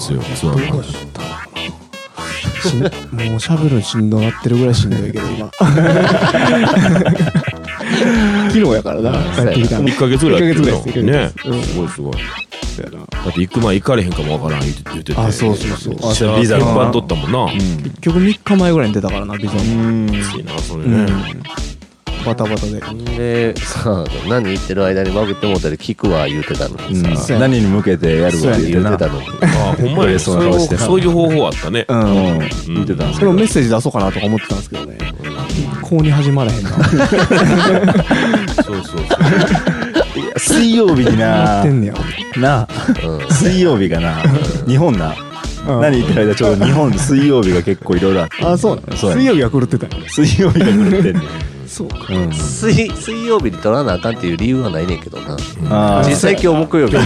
ですよ。ツアーの話。 もう喋るのしんどなってるぐらいしんどいけど今昨日やからな 1ヶ月ぐらいやってるの 1ヶ月ね。すごいすごい。だって行く前行かれへんかもわからん言ってて。 あ、そうそうそう。 ビザいっぱい取ったもんな。 結局3日前ぐらいに出たからな、ビザも。 きついなそれね。 バタバタで。 でさあ、何言ってる間にバグってもうたり聞くわ言うてたのにさ、 何に向けてやるか言うてたのに、 あ、ほんまにそういう方法あったね。 言ってたんですそれをメッセージ出そうかなとか思ってたんですけどね。一向に始まらへんな。 そうそう。 水曜日にな水曜日がな日本な何言ってる間ちょうど日本水曜日が結構いろいろあって、 あ、そうなの。水曜日が狂ってたよね。 水曜日が狂ってんね。 そうか。 水曜日に取らなあかんっていう理由はないねんけどな。実際今日木曜日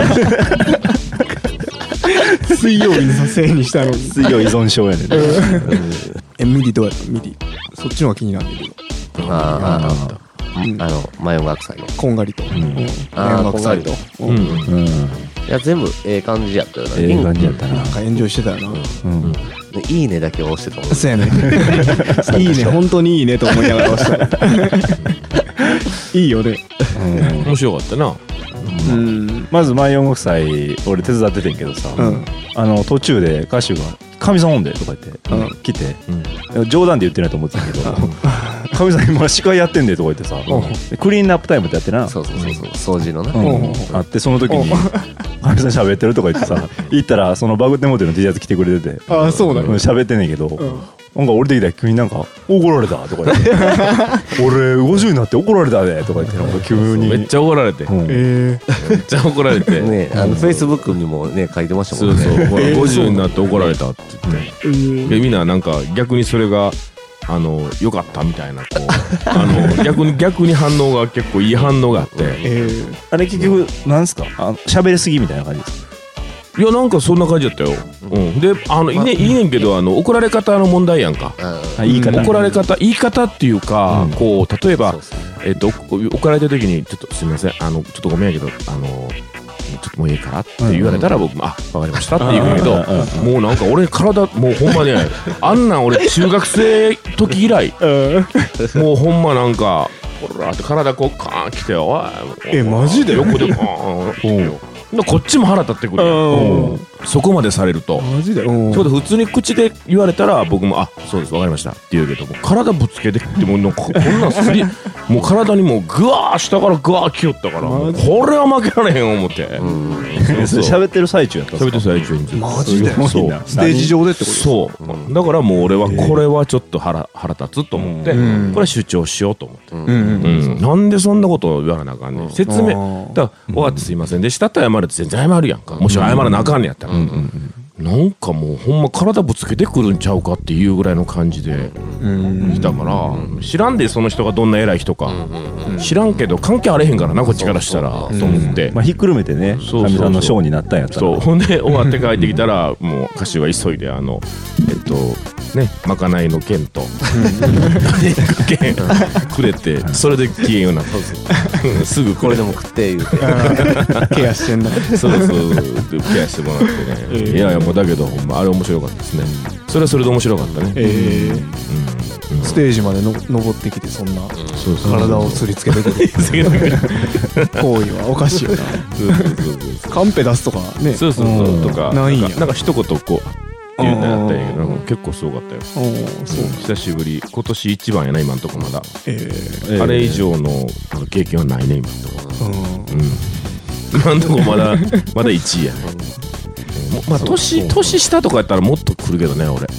水曜日に撮影にしたのに。 水曜依存症やねん。 ミディどうやった？ミディ。そっちの方が気になるんだけど。 マヨン学祭のこんがりと。 マヨン学祭と。いや全部ええ感じやったよな。 ええ感じやったな。 なんかエンジョイしてたよな。 いいねだけ押してたもん。 そうやね。いいね、本当にいいねと思いながら押した。いいよね。 面白かったな。 まず前4国祭俺手伝っててんけどさ、途中で歌手が「神さんおんで」とか言って来て、冗談で言ってないと思ってたけど「神さん今司会やってんで」とか言ってさ、クリーンアップタイムってやってな、 そう掃除のなあって、その時に「神さん喋ってる」とか言ってさ行ったらそのバグってモテの T シャツ着てくれてて、 あ、そうだね。 喋ってんねんけど、なんか降りてきたら急になんか怒られたとか言って俺50になって怒られたでとか言ってなんか急にめっちゃ怒られて、めっちゃ怒られてね、フェイスブックにもね書いてましたもんね。 そうそう、50になって怒られたって言って、でみんななんか逆にそれが良かったみたいな、こう逆に反応が結構いい反応があって、 あれ結局なんすか、喋りすぎみたいな感じですか？ いや、なんかそんな感じだったよ。で、いいねんけど、怒られ方の問題やんか。怒られ方、言い方っていうか、こう例えば怒られてる時にちょっとすみません、ちょっとごめんやけど、ちょっともういいからって言われたら僕もわかりましたって言うんだけど、もうなんか俺体もうほんまね、あんなん俺中学生時以来、もうほんまなんかほらって体こうカーンきて、おい、 マジで横でカーンこっちも腹立ってくるやん。そこまでされるとマジで。 そうで普通に口で言われたら僕もそうですわかりましたって言うけど、も体ぶつけてきてもうこんなんもう体にもうグワー下からグワーきよったから、これは負けられへん思って。 喋ってる最中やったんですか？ 喋ってる最中に。 マジで。 そうステージ上でってこと？ そうだからもう俺はこれはちょっと腹立つと思って、これ主張しようと思って、なんでそんなこと言われなあかんねん、説明だから終わってすいませんでしたって謝るって全然謝るやんか、もし謝らなあかんねやったら。なんかもうほんま体ぶつけてくるんちゃうかっていうぐらいの感じでいたから、知らんでその人がどんな偉い人か知らんけど関係あれへんからなこっちからしたらと思って、 ひっくるめてね、かみさんのショーになったんやったら。 そうほんで終わって帰ってきたらもう歌手は急いでね、まかないの券と券くれて、それで機嫌ようになったすぐこれでも食って言うてケアしてんな。 そうケアしてもらってね。いやいやもうだけどほんまあれ面白かったですね。それはそれで面白かったね。 ステージまで登ってきてそんな体をすりつけてくる行為はおかしいよな。カンペ出すとかね。 そうとかなんか一言こうっていうのやったんやけど、結構すごかったよ。久しぶり、今年一番やな今んとこまだ。あれ以上の経験はないね今んとこ。今んとこまだ1位やね。まあ年下とかやったらもっと来るけどね俺。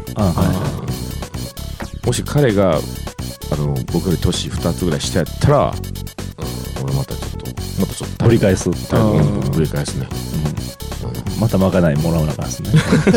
もし彼が僕より年2つぐらい下やったら、俺またちょっと取り返す繰り返すね。 またまかないもらわなあかんですね。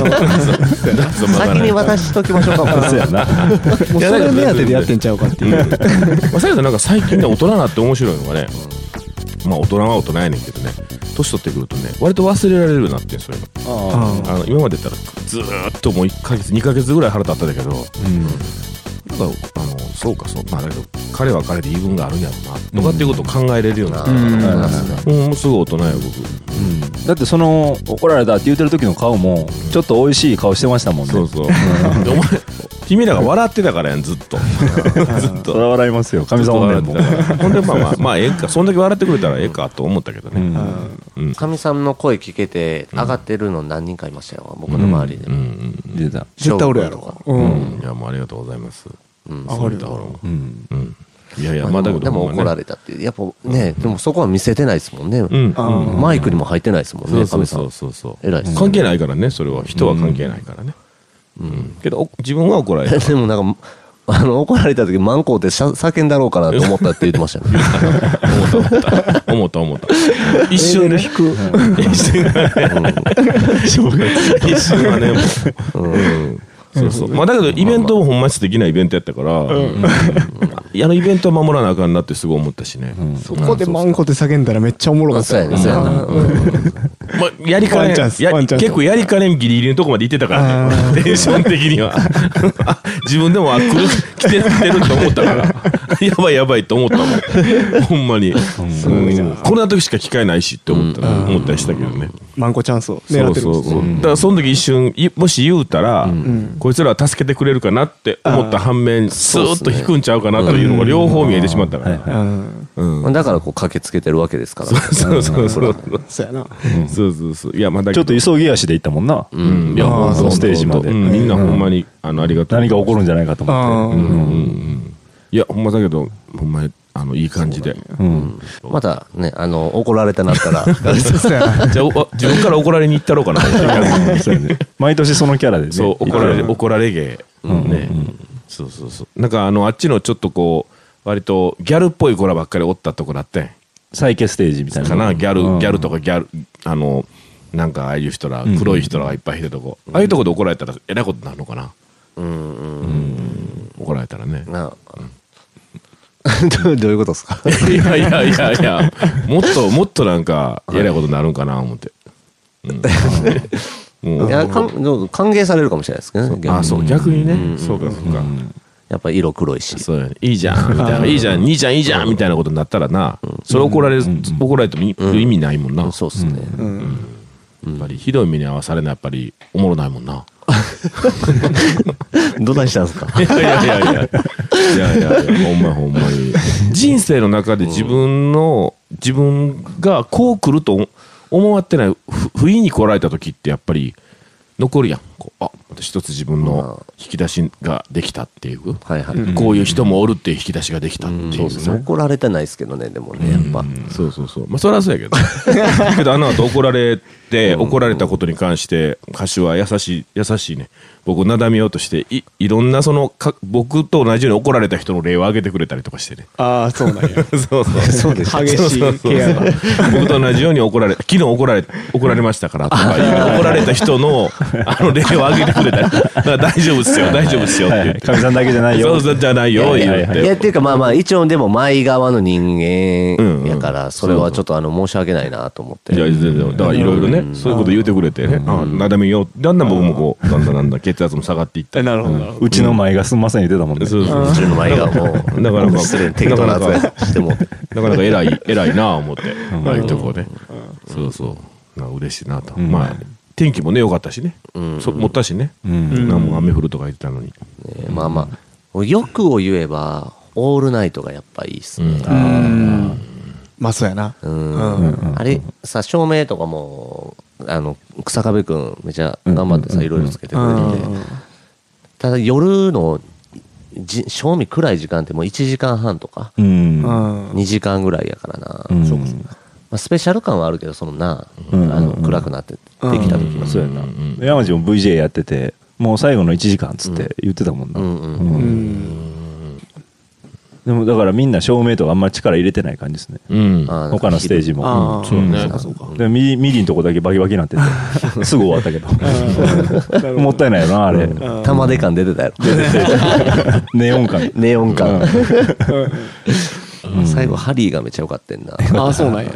先に渡しときましょうか。 そうやな。 もうそれ目当てでやってんちゃうかっていう。 だけどなんか最近ね大人になって面白いのがね、まあ大人は大人やねんけどね、年取ってくるとね割と忘れられるようになってん、そういうの。今までやったらずーっともう1ヶ月2ヶ月ぐらい腹立ったんだけど、なんかそうかまあだけど彼は彼で言い分があるんやろうなとかっていうことを考えれるような、すごい大人や僕。 だってその怒られたって言ってる時の顔もちょっと美味しい顔してましたもんね。 そうそうお前君らが笑ってたからやんずっとずっとそれは笑いますよ。神様ね。 ほんでまあええか、そんだけ笑ってくれたらええかと思ったけどね。 神さんの声聞けて上がってるの何人かいましたよ、僕の周りで。 出た。 絶対俺やろ。 いやもうありがとうございます。 上がるだろう。 いやいや、まあだけどでも怒られたってやっぱね、でもそこは見せてないですもんね。マイクにも入ってないですもんね。 そう偉いです。 関係ないからね、それは人は関係ないからね。けど自分は怒られた。 でもなんか怒られた時マンコーって叫んだろうかなと思ったって言ってましたね。 思った一瞬で引く一瞬はねそうまあだけどイベントもほんまに素敵なイベントやったからイベントは守らなあかんなってすごい思ったしね。 そこでマンコって叫んだらめっちゃおもろかったよ。 まあやりかねん結構やりかねんギリギリのとこまで行ってたからね、テンション的には自分でも来てると思ったからやばいと思ったもんほんまに。こんな時しか機会ないしって思ったりしたけどね。 マンコチャンスを狙ってる。 そうだからその時一瞬もし言うたらこいつらは助けてくれるかなって思った反面スーッと引くんちゃうかなというのが両方見えてしまったから。 だからこう駆けつけてるわけですから。 そうやな。 そういやまだちょっと急ぎ足で行ったもんな。いやステージまでみんなほんまにありがとう。 何が起こるんじゃないかと思って。 いやほんまだけどほんまにいい感じで。 またね怒られたなったらじゃあ自分から怒られに行ったろうかな。 毎年そのキャラでね。 そう怒られ芸ね。そうなんかあっちのちょっとこう割とギャルっぽい子らばっかりおったとこだってサイケステージみたいなかな。ギャルとかなんかああいう人ら黒い人らがいっぱいいるとこ、ああいうとこで怒られたらえらいことになるのかな。怒られたらね。 どういうことですか。 いやもっとなんかえらいことになるんかな思って。 歓迎されるかもしれないですけどね。 そう逆にね。そうか。 やっぱり色黒いし。 そうやね。いいじゃんみたいな、いいじゃん兄ちゃんいいじゃんみたいなことになったらな、それ怒られても意味ないもんな。 そうっすね。 やっぱりひどい目に遭わされないやっぱりおもろないもんな。 どないしたんですか。 いやほんまに人生の中で自分がこう来ると思わってない不意に来られた時ってやっぱり残るやん。一つ自分の引き出しができたっていう、こういう人もおるっていう引き出しができたっていう。 怒られてないですけどね。でもねやっぱそうまあそれはそうやけどけどあの後怒られたことに関して歌手は優しいね。僕をなだめようとしていろんな僕と同じように怒られた人の例を挙げてくれたりとかしてね。 ああそうなんや。 そうです。 激しいケアが僕と同じように昨日怒られましたからとか怒られた人の例を挙げてくれたり、だから大丈夫っすよって言って、 かみさんだけじゃないよ。 そうじゃないよ言って。 いやっていうかまあ一応でも前側の人間やからそれはちょっと申し訳ないなと思って。 いや全然だからいろいろねそういうこと言うてくれてね、なだめよう。だんだん僕もこうだんだん血圧も下がっていった。 なるほど。 うちの前がすんません言ってたもんね。 うちの前がもうなかなか失礼適当な扱いしてもなかなか偉いな思ってああいうとこね。そう嬉しいなと。まあ天気もね良かったしね、持ったしね、も雨降るとか言ってたのに、 まあ欲を言えばオールナイトがやっぱいいっすね。 まあそうやな。 あれさ照明とかも草壁くんめちゃ頑張ってさいろいろつけてくれてて、ただ夜の正味暗い時間ってもう1時間半とか2時間ぐらいやからな。スペシャル感はあるけどその暗くなってできた時の。 そうやな。山地も VJ やっててもう最後の1時間っつって言ってたもんな。でもだからみんな照明とかあんまり力入れてない感じですね。他のステージも。 そうね。 でミディのとこだけバキバキになっててすぐ終わったけどもったいないよなあれ。 玉出感出てたやろ。 ネオン感。 最後ハリーがめっちゃ良かったんな。 ああそうなんや。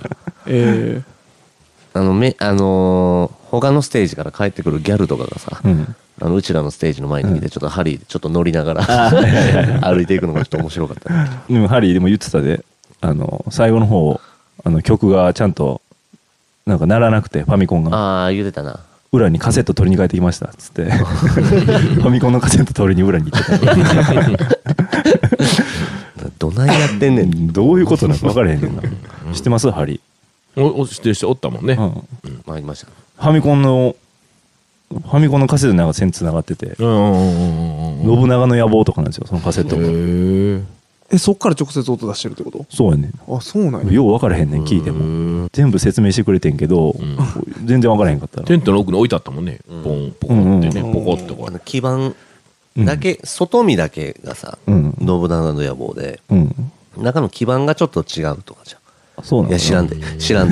他のステージから帰ってくるギャルとかがさ、うちらのステージの前に来てちょっとハリーでちょっと乗りながら歩いていくのがちょっと面白かった。 でもハリーでも言ってたで最後の方曲がちゃんとなんか鳴らなくてファミコンがああ言うてたな。 裏にカセット取りに帰ってきましたっつってファミコンのカセット取りに裏に行ってたどないやってんねん。 どういうことなのか分からへんねんな。知ってますハリ？ 知ってる人おったもんね。 まあいました。 ファミコンのカセットなんか線つながってて、信長の野望とかなんですよそのカセットが。 そっから直接音出してるってこと？ そうやねん。 あ、そうなんや。 よう分からへんねん聞いても。全部説明してくれてんけど、全然分からへんかった。 テントの奥に置いてあったもんね。ポンポコってね、ポコってこう。 基板だけ、外見だけがさ、信長の野望で、中の基板がちょっと違うとかじゃん。 そうなんいや知らんで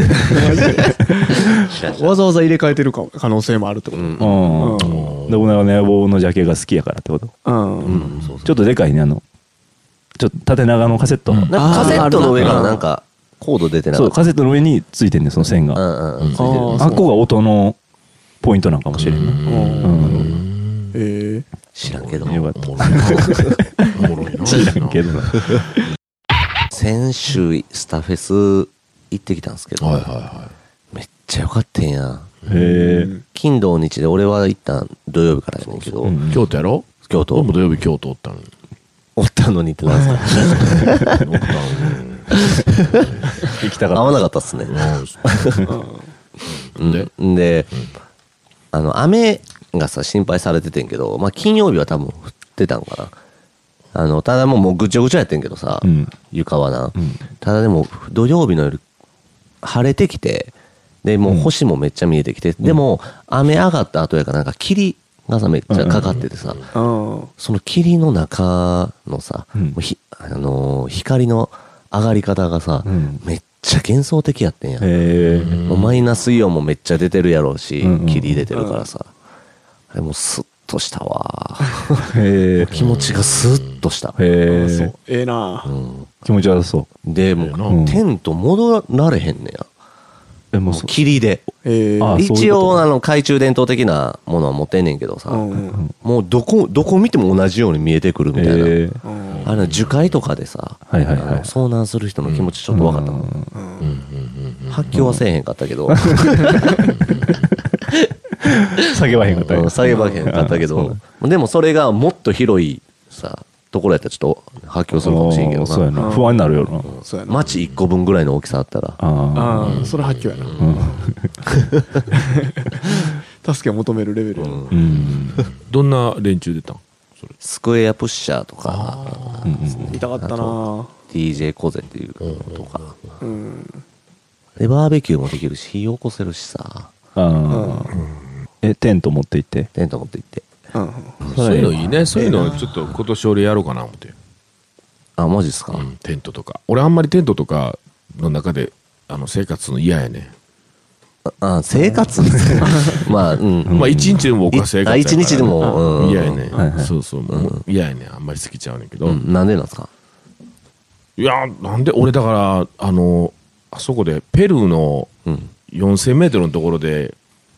わざわざ入れ替えてる可能性もあるってこと。 信長の野望のジャケが好きやからってこと。ちょっとでかいねちょっと縦長のカセット。 カセットの上からなんかコード出てなかった。 そうカセットの上についてんねんその線が。あっこが音のポイントなんかもしれんな。 知らんけど。 よかった。知らんけどな。 先週スタフェス行ってきたんですけど、めっちゃ良かったんや。金土日で俺は行った土曜日からやねんけど。 京都やろ？ 京都。 俺も土曜日京都おったのに。 おったのにってなんですか？ 行きたかった。 合わなかったっすね。で、雨がさ心配されててんけど、まあ金曜日は多分降ってたんかな。ただもうぐちゃぐちゃやってんけどさ、床はな。ただでも土曜日の夜晴れてきて、でもう星もめっちゃ見えてきて、でも雨上がった後やからなんか霧がさめっちゃかかっててさ、その霧の中のさ、光の上がり方がさ、めっちゃ幻想的やってんや。もうマイナスイオンもめっちゃ出てるやろうし、霧出てるからさ、あれもうスッとしたわ。気持ちがスッとした。 ええな。 気持ち悪そう。 でもうテント戻られへんねや。もう霧で。一応懐中電灯的なものは持ってんねんけどさ、もうどこ見ても同じように見えてくるみたいな。樹海とかでさ、遭難する人の気持ちちょっと分かったもん。発狂はせえへんかったけど。 叫ばへんかった叫ばへんかったけど、でもそれがもっと広いさところやったらちょっと発狂するかもしれんけどな。 不安になるよな。 町1個分ぐらいの大きさあったら。 それ発狂やな。助けを求めるレベル。 どんな連中出たん？ スクエアプッシャーとか、 痛かったな。 DJ コゼっていうとか。でバーベキューもできるし火起こせるしさ。 テント持って行って。 テント持って行って。 そういうのいいね。そういうのちょっと今年俺やろうかな思って。 あ、マジっすか？ テントとか。俺あんまりテントとかの中で生活するの嫌やね。 生活まあ一日でも僕は生活やから。 一日でも嫌やね。そうそう嫌やね。あんまり好きちゃうねんけど。 なんでなんですか？ いやなんで俺だからあそこでペルーの4000メートルのところで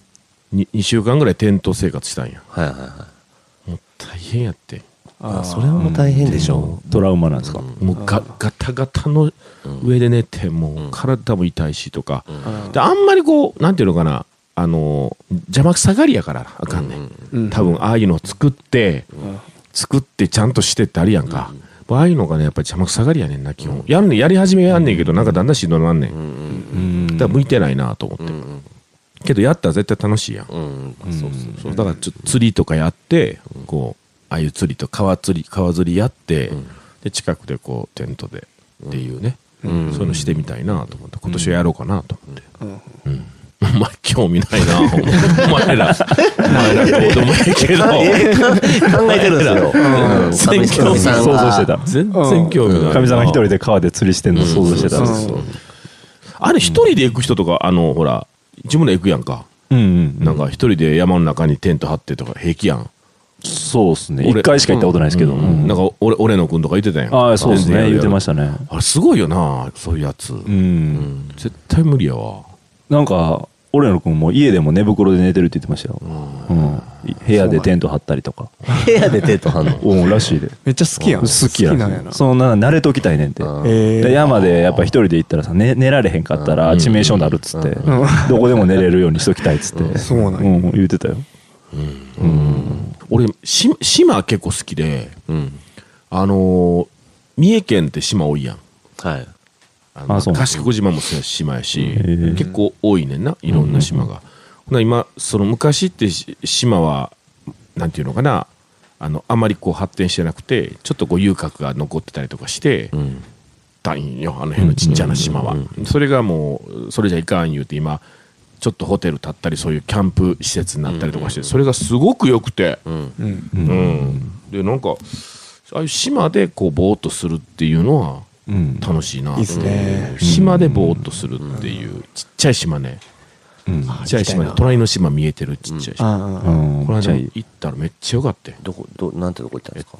2週間ぐらいテント生活したんや。もう大変やって。 それはもう大変でしょ。 トラウマなんですか？ もうガタガタの上で寝てもう体も痛いしとかで、あんまりこうなんていうのかな、邪魔くさがりやからあかんねん。多分ああいうのを作ってちゃんとしてってあるやんか。ああいうのがねやっぱり邪魔くさがりやねんな基本。やり始めやんねんけどなんかだんだんしんどくなんねん。だから向いてないなと思って。けどやったら絶対楽しいやん。そうだからちょっと釣りとかやってこうああいう釣りと川釣りやってで近くでこうテントでっていうね、そういうのしてみたいなと思って今年はやろうかなと思って。お前興味ないなお前らどうでもいいけど考えてるんですよ。 全然興味ない。 想像してた。 全然興味ない。 かみさんが一人で川で釣りしてんの想像してた。 あれ一人で行く人とかほら自分で行くやんか。なんか一人で山の中にテント張ってとか平気やん。 そうっすね。一回しか行ったことないですけど。 なんか俺のくんとか言ってたやん。 ああそうですね。言ってましたね。 あれすごいよなそういうやつ。絶対無理やわ。 なんか俺の子も家でも寝袋で寝てるって言ってましたよ。部屋でテント張ったりとか。 部屋でテント張んの？ らしいで。 めっちゃ好きやん。 好きやな。 そんな慣れときたいねんて。山でやっぱ一人で行ったらさ、寝られへんかったら致命傷になるっつって、どこでも寝れるようにしときたいっつって。 そうなんや。 言ってたよ。 俺島結構好きで、三重県って島多いやん。 はい。 賢島も島やし、結構多いねんな、いろんな島が。今その昔って島はなんていうのかな、あまりこう発展してなくて、ちょっとこう遊郭が残ってたりとかしてたんよ、あの辺のちっちゃな島は。それがもうそれじゃいかん言うて、今ちょっとホテル建ったり、そういうキャンプ施設になったりとかして、それがすごく良くて、でなんかああいう島でこうぼーっとするっていうのは楽しいな。 いいっすね。 島でぼーっとするっていうちっちゃい島ね。ちっちゃい島で隣の島見えてるちっちゃい島。この間行ったらめっちゃよかった。 なんてとこ行ったんですか？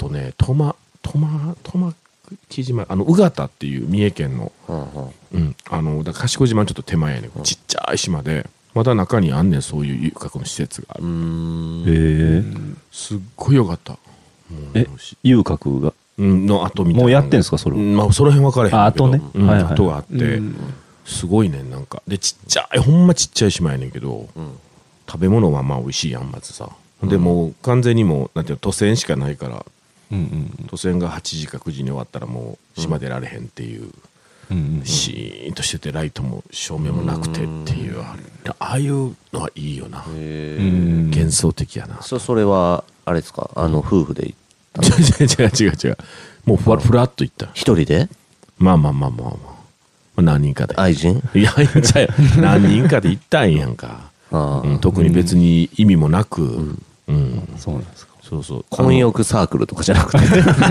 木島、宇方っていう三重県の、だから賢島のちょっと手前やねん。ちっちゃい島で、まだ中にあんねん、そういう遊郭の施設がある。すっごいよかった。 遊郭がの後みたいな。 もうやってんすか、それ？ まあその辺分かれへんけど。 後ね。 後があって、すごいねん、なんか。で、ちっちゃい、ほんまちっちゃい島やねんけど、食べ物はまあ美味しいやん、まずさ。でもう完全にもうなんていうの、都線しかないから、都線が8時か9時に終わったらもう島出られへんっていう、シーンとしてて、ライトも照明もなくてっていう、ああいうのはいいよな。幻想的やな。 それはあれですか、夫婦で行ったの？違うもうふらっと行った。 一人で？ まあ何人かで。 愛人？ いや何人かで行ったんやんか。特に別に意味もなく。 そうなんですか。 そう混浴サークルとかじゃなくて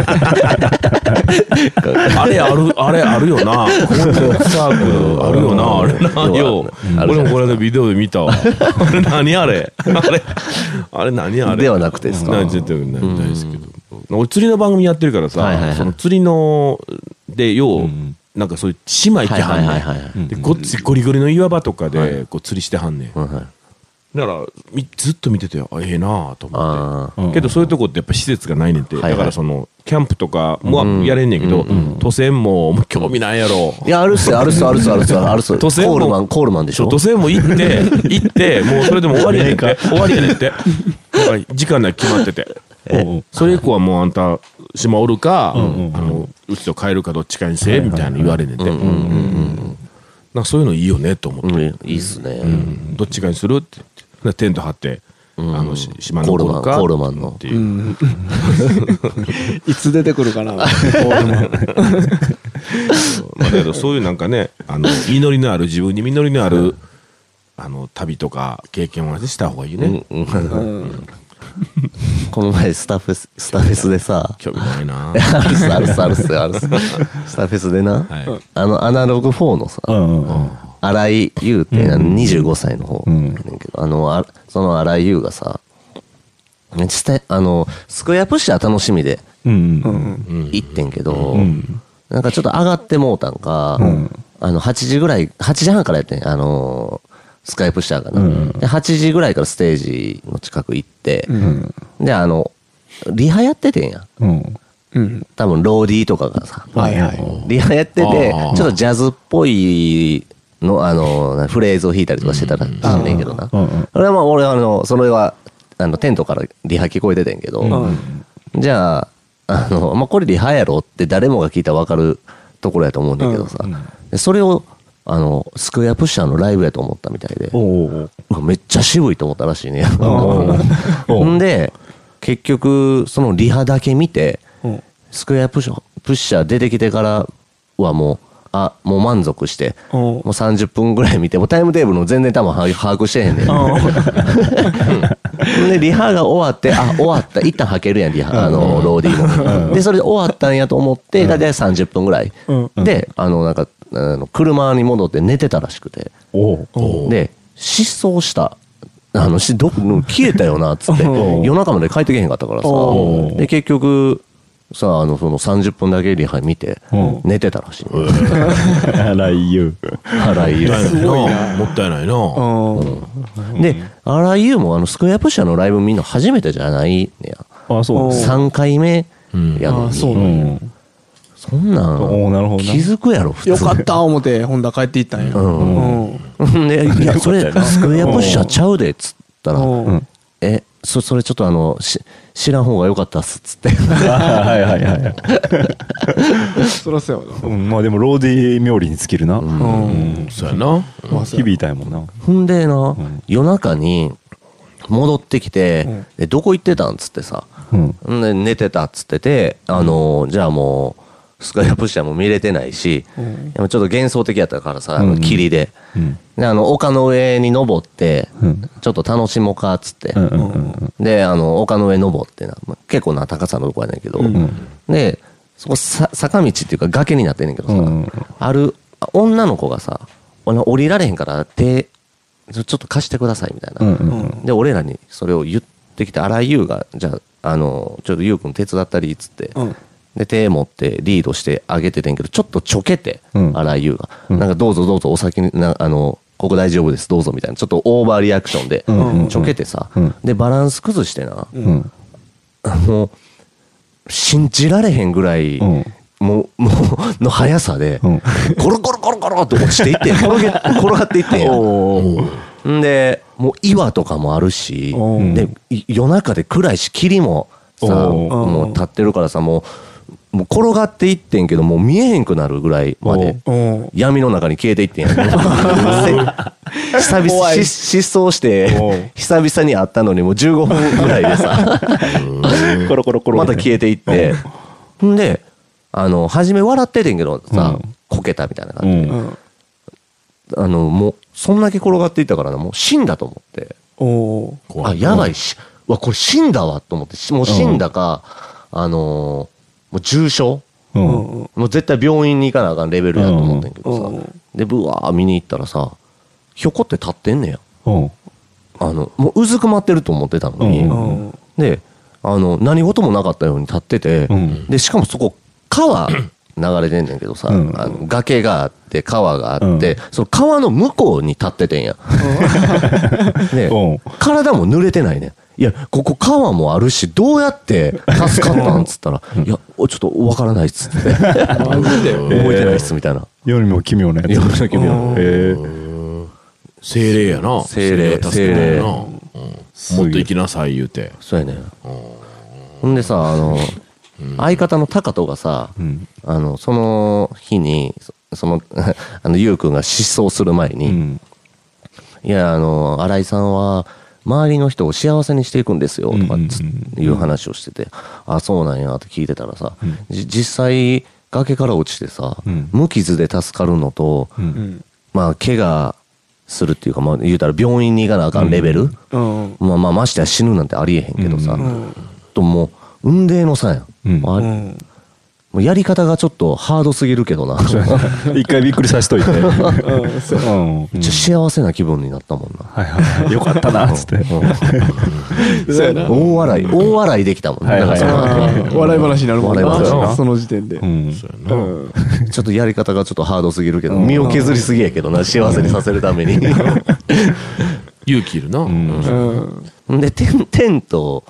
あれあるよな。混浴サークルあるよな。あれなよ。俺もこれでビデオで見たわ。あれ何あれ何あれではなくてですか？ 絶対ないですけど、俺釣りの番組やってるからさ、その釣りのでようなんかそういう島行きはんねん。でごっつゴリゴリの岩場とかでこう釣りしてはんねん。だからずっと見ててええなと思って。けどそういうとこってやっぱ施設がないねんて。だからそのキャンプとかもやれんねんけど、都線も興味ないやろ。 いや、あるっすよ。都線もコールマンでしょ。 都線も行ってもうそれでも終わりやねんって。終わりやねんって。だから時間内決まってて、それ以降はもうあんた島おるかうちと帰るかどっちかにせえみたいな言われんねんて。なんかそういうのいいよねと思って。 いいっすね。 どっちかにするって言って。テント張って島のコールマンのっていう。 いつ出てくるかな。コールマン。 だけどそういうなんかね、実りのある、自分に実りのある旅とか経験をした方がいいね。 この前スタフェスでさ、 興味ないな。 あるっすスタフェスでな、アナログ4のさ、荒井優って25歳の方やねんけど、その荒井優がさ、スクエアプッシャー楽しみで行ってんけど、なんかちょっと上がってもうたんか、8時半からやってん、スカイプッシャーがな。で、8時ぐらいからステージの近く行って、で、リハやっててんや。多分ローディーとかがさ、リハやってて、ちょっとジャズっぽいのフレーズを弾いたりとかしてたらしいねんけどな。俺はそれはテントからリハ聞こえててんけど、じゃあこれリハやろって誰もが聞いたら分かるところやと思うんだけどさ、それをスクエアプッシャーのライブやと思ったみたいで、めっちゃ渋いと思ったらしいね。んで結局そのリハだけ見て、スクエアプッシャー出てきてからはもう満足して、もう30分ぐらい見て、もうタイムテーブルの全然多分把握してへんねん。でリハが終わって、終わった、一旦履けるやん、ローディーも。でそれで終わったんやと思って、だいたい30分ぐらいでなんか車に戻って寝てたらしくて、で失踪した、消えたよなっつって夜中まで帰ってけへんかったからさ、で結局さその30分だけリハ見て寝てたらしい。 荒井優。 荒井優。 すごいな。もったいないな。 で、荒井優もスクエアプッシャーのライブ見るの初めてじゃないねや。 あ、そう。 3回目やのに。 そうなんや。 そんなん気づくやろ普通。 よかった思ってホンダ帰っていったんや。 で、いやそれスクエアプッシャーちゃうでっつったら、それちょっと知らん方がよかったっすっつって。 はいはいはい。 そらそうやな。 まあでもローディー冥利に尽きるな。 そうやな。 響いたいもんな。 ほんでな、夜中に戻ってきて、どこ行ってたんっつってさ、で寝てたっつってて、じゃあもうスクエアプッシャーも見れてないし、ちょっと幻想的やったからさ、霧で、で丘の上に登って、ちょっと楽しもうかっつって、で丘の上登ってな、結構な高さのとこやねんけど、でそこ坂道っていうか崖になってんねんけどさ、ある女の子がさ、降りられへんから手ちょっと貸してくださいみたいな、で俺らにそれを言ってきて、荒井優がじゃあちょっと優君手伝ったりっつって、で手持ってリードしてあげててんけど、ちょっとちょけて、荒井優が、なんかどうぞどうぞお先にここ大丈夫ですどうぞみたいな、ちょっとオーバーリアクションでちょけてさ、でバランス崩してな、もう信じられへんぐらい、もうの速さでゴロゴロゴロゴロって落ちていって転がっていってんや。んでもう岩とかもあるし、で夜中で暗いし霧もさもう立ってるからさ、もう転がっていってんけど、もう見えへんくなるぐらいまで闇の中に消えていってんや。久々失踪して久々に会ったのにもう15分ぐらいでさコロコロコロまた消えていって、んで初め笑っててんけどさ、こけたみたいな感じで、もうそんだけ転がっていったからな、もう死んだと思って、あやばいし、わこれ死んだわと思って、もう死んだかもう重傷、もう絶対病院に行かなあかんレベルやと思ってんけどさ、でブワー見に行ったらさ、ひょこって立ってんねや。もううずくまってると思ってたのに、で何事もなかったように立ってて、でしかもそこ川流れてんねんけどさ、崖があって川があって、その川の向こうに立っててんや。で体も濡れてないねん。いやここ川もあるしどうやって助かったんっつったら、いやちょっとわからないっつって覚えてないっすみたいな。 世にも奇妙なやつ。 世にも奇妙。 精霊やな。 精霊もっと行きなさい言うて。 そうやね。ほんでさ相方のタカトがさ、その日にゆうくんが失踪する前に、いや新井さんは周りの人を幸せにしていくんですよとかいう話をしてて、あそうなんやって聞いてたらさ、実際崖から落ちてさ、無傷で助かるのと、まあ怪我するっていうか、まあ言うたら病院に行かなあかんレベル、ましてや死ぬなんてありえへんけどさ、ともう運命の差やん。もうやり方がちょっとハードすぎるけどな。 一回びっくりさせといて。 めっちゃ幸せな気分になったもんな。 はいはい。よかったなっつって。 大笑いできたもんね。 笑い話になるもんな、その時点で。 ちょっとやり方がちょっとハードすぎるけど、身を削りすぎやけどな、幸せにさせるために。 勇気いるな。 でテント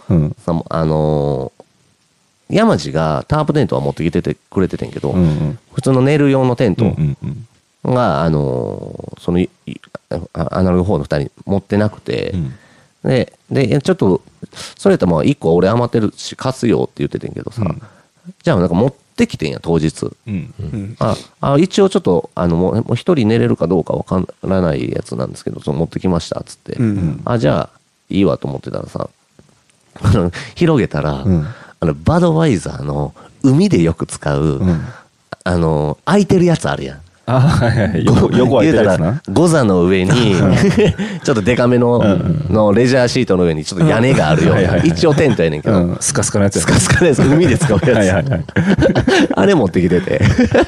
山地がタープテントは持ってきててくれててんけど、普通の寝る用のテントがそのアナログ4の2人持ってなくて、でちょっとそれとも1個俺余ってるし貸すよって言っててんけどさ、じゃあなんか持ってきてんや当日。一応ちょっともう一人寝れるかどうかわからないやつなんですけど、その持ってきましたっつって、じゃあいいわと思ってたらさ、広げたら、バドワイザーの海でよく使う、空いてるやつあるやん。 横空いてるやつな。 ゴザの上にちょっとデカめのレジャーシートの上にちょっと屋根があるような、一応テントやねんけど、 スカスカのやつ。 スカスカのやつ、海で使うやつ。あれ持ってきてて。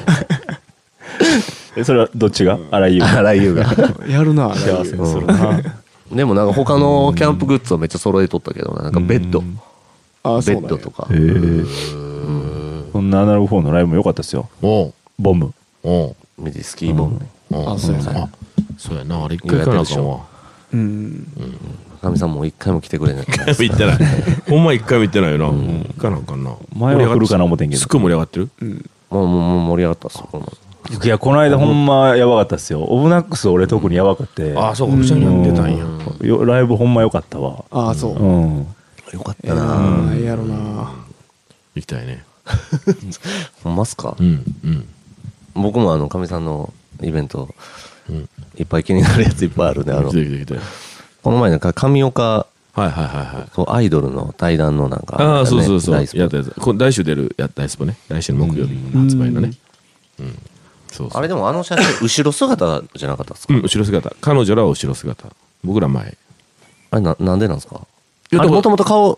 それはどっちが？荒井優が。 やるな。 幸せにするな。 でもなんか他のキャンプグッズをめっちゃ揃えとったけどな、なんかベッドとか。 そんなアナログ4のライブも良かったですよ。ボム。 ミディスキーボムね。 そうやね。 そうやな、あれ一回行かなあかんわ。 かみさんも一回も来てくれない。 一回も行ってない。ほんま一回も行ってないよな。行かなあかんな。 前は来るかな思ってんけど。 すっごい盛り上がってる？ もう盛り上がったっすよ、このいや、この間ほんまやばかったっすよ。オブナックス俺特にやばかって。 ああ、そうか、うちにやってたんや。 ライブほんま良かったわ。 ああ、そう。 よかったな。 やろな。 行きたいね。 ほんまっすか？僕もかみさんのイベント、いっぱい気になるやついっぱいあるね。この前の上岡アイドルの対談のなんか、 ああ、そうやったやつ。来週出るダイスポね。来週の木曜日発売のね。 あれでも写真後ろ姿じゃなかったっすか？ 後ろ姿。彼女らは後ろ姿。僕ら前。 あれなんでなんですか？もともと顔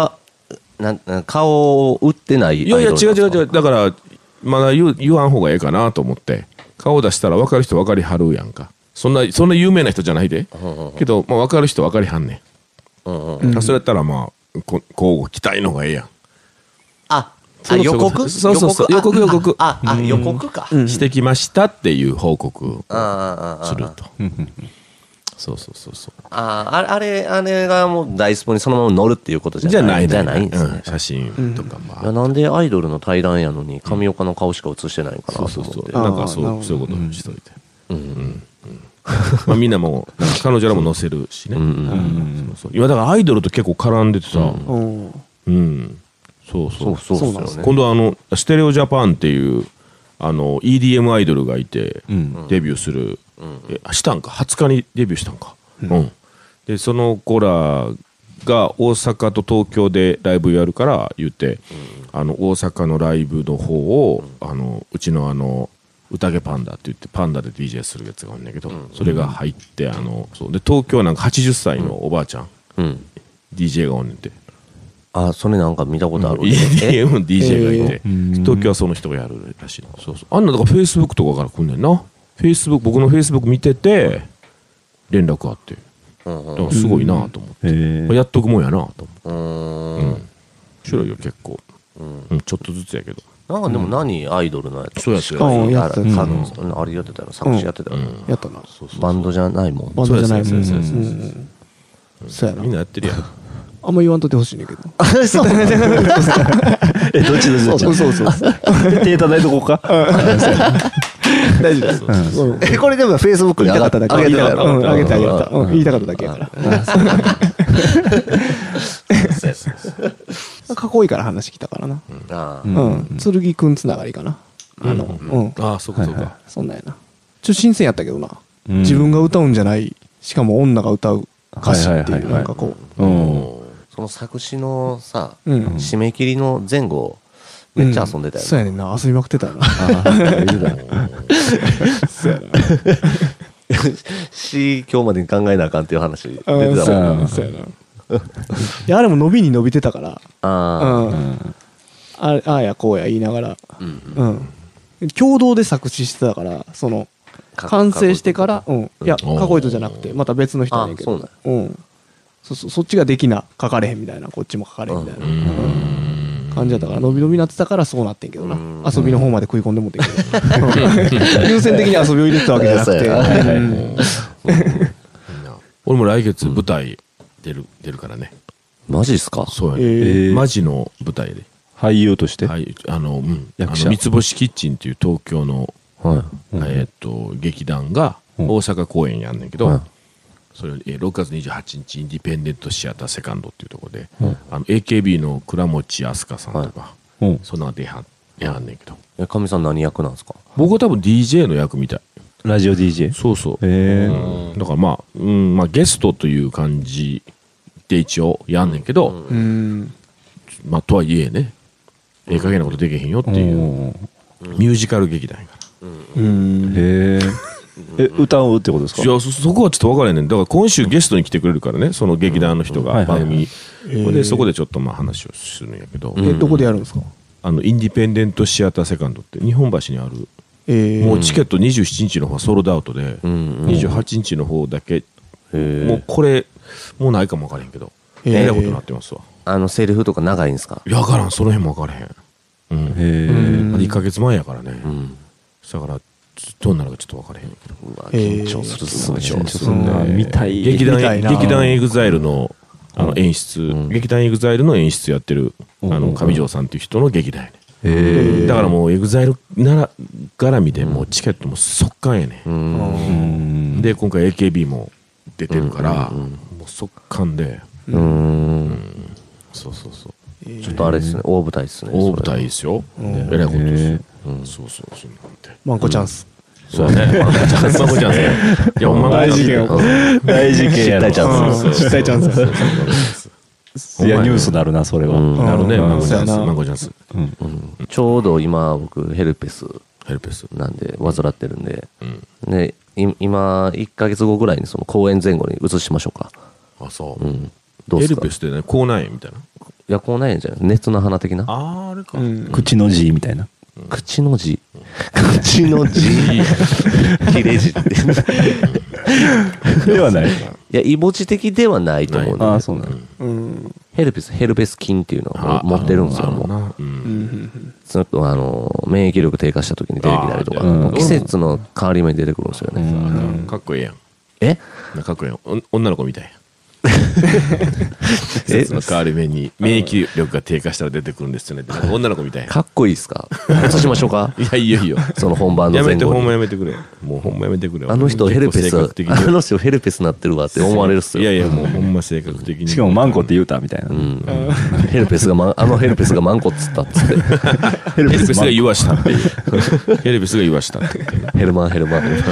を打ってないアイドル。 いや違う。だからまだ言わん方がええかなと思って、顔出したら分かる人分かりはるやんか。そんな有名な人じゃないで。けど分かる人分かりはんねん。それやったら交互期待の方がええやん。 予告？ そう予告。 予告か。 してきましたっていう報告をすると。そう。 あれがもうダイスポにそのまま乗るっていうことじゃないんですね。 写真とかまあ。なんでアイドルの対談やのに上岡の顔しか映してないのかなと思って。 なんかそういうことしといて。みんなも彼女らも載せるしね。今だからアイドルと結構絡んでてさ。そう今度ステレオジャパンっていうEDM アイドルがいてデビューするしたんか20日にデビューしたんか。でその子らが大阪と東京でライブやるから言って大阪のライブの方をうちの宴パンダって言ってパンダで DJ するやつがあるんだけどそれが入ってそうで東京はなんか80歳のおばあちゃん DJ がおんねんて。 それなんか見たことある。 EDM の DJ がいて東京はその人がやるらしい。そうあんなだから Facebook とかから来んねんな。僕の Facebook 見てて連絡あってだからすごいなと思ってやっとくもんやなと思って面白いよ結構ちょっとずつやけどなんかでもアイドルのやつそうやつあれやってたよ作詞やってたよやったな。 バンドじゃないもん。 バンドじゃないもん。 そうやなみんなやってるやん。 あんま言わんとってほしいねんけど。 そう。 どっちそう手叩いとこうか。 大丈夫です。 これでもフェイスブックに上げただけ。 上げた。言いたかっただけやから。かっこいいから話来たからな。剣くんつながりかな。 そうか。 そんなんやな。新鮮やったけどな。自分が歌うんじゃない、しかも女が歌う歌詞っていうなんかこう。 その作詞のさ締め切りの前後めっちゃ遊んでたよね。 そうやねんな。遊びまくってたよな。 詩今日までに考えなあかんっていう話出てたもんな。 そうやな。いやあれも伸びに伸びてたからああやこうや言いながら共同で作詞してたから完成してからいやかこいとじゃなくてまた別の人やねんけどそっちができな書かれへんみたいなこっちも書かれへんみたいな感じだったから伸び伸びなってたからそうなってんけどな遊びの方まで食い込んでもってんけど優先的に遊びを入れてたわけじゃなくて俺も来月舞台出るからね。 マジっすか？ そうやね。マジの舞台で俳優として三つ星キッチンっていう東京の劇団が大阪公演やんねんけどそれ6月28日インディペンデントシアターセカンドっていうところでAKB の倉持飛鳥さんとかそんなのでやんねんけど。 かみさん何役なんですか？ 僕は多分 DJ の役みたい。 ラジオ DJ？ そうだからゲストという感じで一応やんねんけどとはいえね加減なことできへんよっていうミュージカル劇団やから歌うってことですか？ いやそこはちょっと分からへんねん。だから今週ゲストに来てくれるからねその劇団の人が番組でそこでちょっと話をするんやけどどこでやるんですか？ インディペンデントシアターセカンドって日本橋にあるもうチケット27日の方はソールドアウトで28日の方だけもうこれもうないかも分からへんけどえらいことになってますわ。 セリフとか長いんですか？ いや分からんその辺も分からへん 1ヶ月前やからね。だからどうなるかちょっと分からへんけど。 緊張するっすね。 緊張するな。見たい。 劇団エグザイルの演出、劇団エグザイルの演出やってる上条さんっていう人の劇団やね。だからもうエグザイル絡みでもうチケットも速乾やね。で今回 AKB も出てるからもう速乾で。そうそうそう。 ちょっとあれですね、大舞台ですね。 大舞台ですよ。えらいことですよ。そうそうそう。 マンコチャンス。 そうね。マンコチャンス。いや、 大事件。 大事件やろ。 失態チャンス。 失態チャンス。 いやニュースなるなそれは。 なるね。マンコチャンス。マンコチャンス。 ちょうど今僕ヘルペスなんで患ってるんで、で今1ヶ月後ぐらいにその公演前後に移しましょうか。 あ、そう。 どうですか。 ヘルペスってね、口内炎みたいな。 いや、口内炎じゃない、熱の鼻的な。 あれか。 口の字みたいな。 口の字切れ字ってではない。 いや、イボ痔的ではないと思うんで。 ああ、そうなの。 ヘルペス菌っていうのを持ってるんですよ。もうずっと免疫力低下した時に出てきたりとか、季節の変わり目に出てくるんですよね。 かっこいいやん。かっこいいやん。女の子みたいやん。季節の変わり目に免疫力が低下したら出てくるんですよね。女の子みたいな。 かっこいいですか。移しましょうか。 いや、いいよいいよ。 その本番の前後に。 ほんまやめてくれ。もうほんまやめてくれ。 あの人ヘルペスなってるわって思われるっすよ。 いやいや、もうほんま性格的に。 しかもマンコって言うたみたいな。 ヘルペスがマンコっつったっつって。 ヘルペスが言わしたっていう。ヘルペスが言わしたって。 ヘルマンね。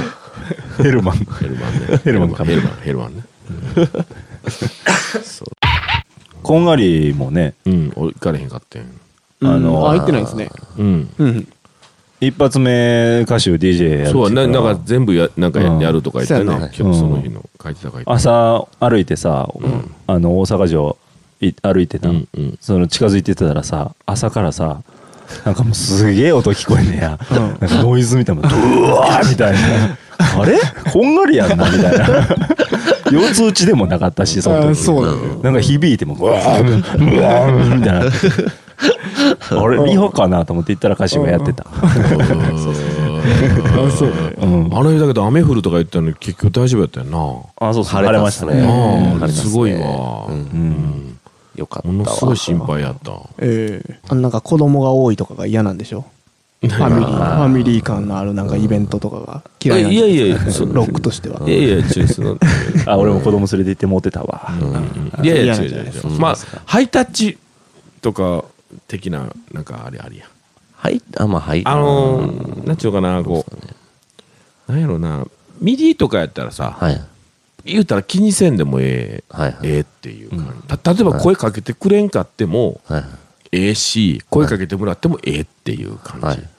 こんがりもね、 行かれへんかってん。 行ってないですね。 一発目歌手 DJ やる。 そう、なんか全部なんかやるとか言ってな、今日その日の書いてた。 朝歩いてさ、大阪城歩いてな、その近づいてたらさ、朝からさ、なんかもうすげえ音聞こえんねや。なんかノイズみたいな、ドワーみたいな。あれこんがりやんなみたいな。腰痛打ちでもなかったし、そうなんか響いてもうわーみたいな。あれリホかなと思って行ったら歌手がやってた。 あの日だけど雨降るとか言ったのに結局大丈夫やったよな。 あ、そう晴れましたね。 すごいわ。 よかったわ。 ものすごい心配やった。 なんか子供が多いとかが嫌なんでしょ。ファミリー感のあるなんかイベントとかが嫌いなんですか。いやいや、ロックとしては。 いやいや、 俺も子供連れて行って持ってたわ。 いやいや、違う。まあハイタッチとか的ななんかあれやん。 まあはい。 なんちゅうかな、こうなんやろな、ミディとかやったらさ、言うたら気にせんでもええっていう感じ。例えば声かけてくれんかってもええし、声かけてもらってもええっていう感じ。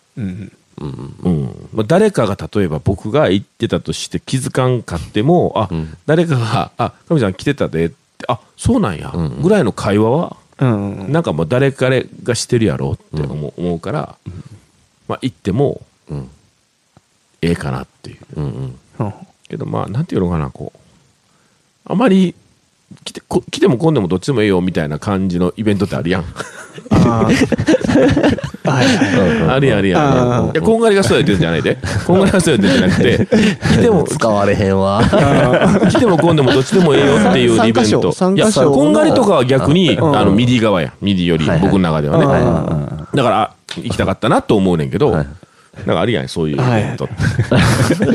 誰かが例えば僕が言ってたとして気づかんかっても、誰かが「神ちゃん来てたで」って「あ、そうなんや」ぐらいの会話はなんかもう誰かがしてるやろって思うから、まあ行ってもええかなっていう。けどまあなんていうのかな、こうあまり来ても来んでもどっちでもええよみたいな感じのイベントってあるやん。あるやん。いや、こんがりがそうやってんじゃないで。こんがりがそうやってんじゃなくて、来ても使われへんわ。 来ても来んでもどっちでもええよっていうイベント。いや、こんがりとかは逆にミディ側や。ミディより僕の中ではね。だから行きたかったなと思うねんけど。なんかあるやん、そういうイベントって。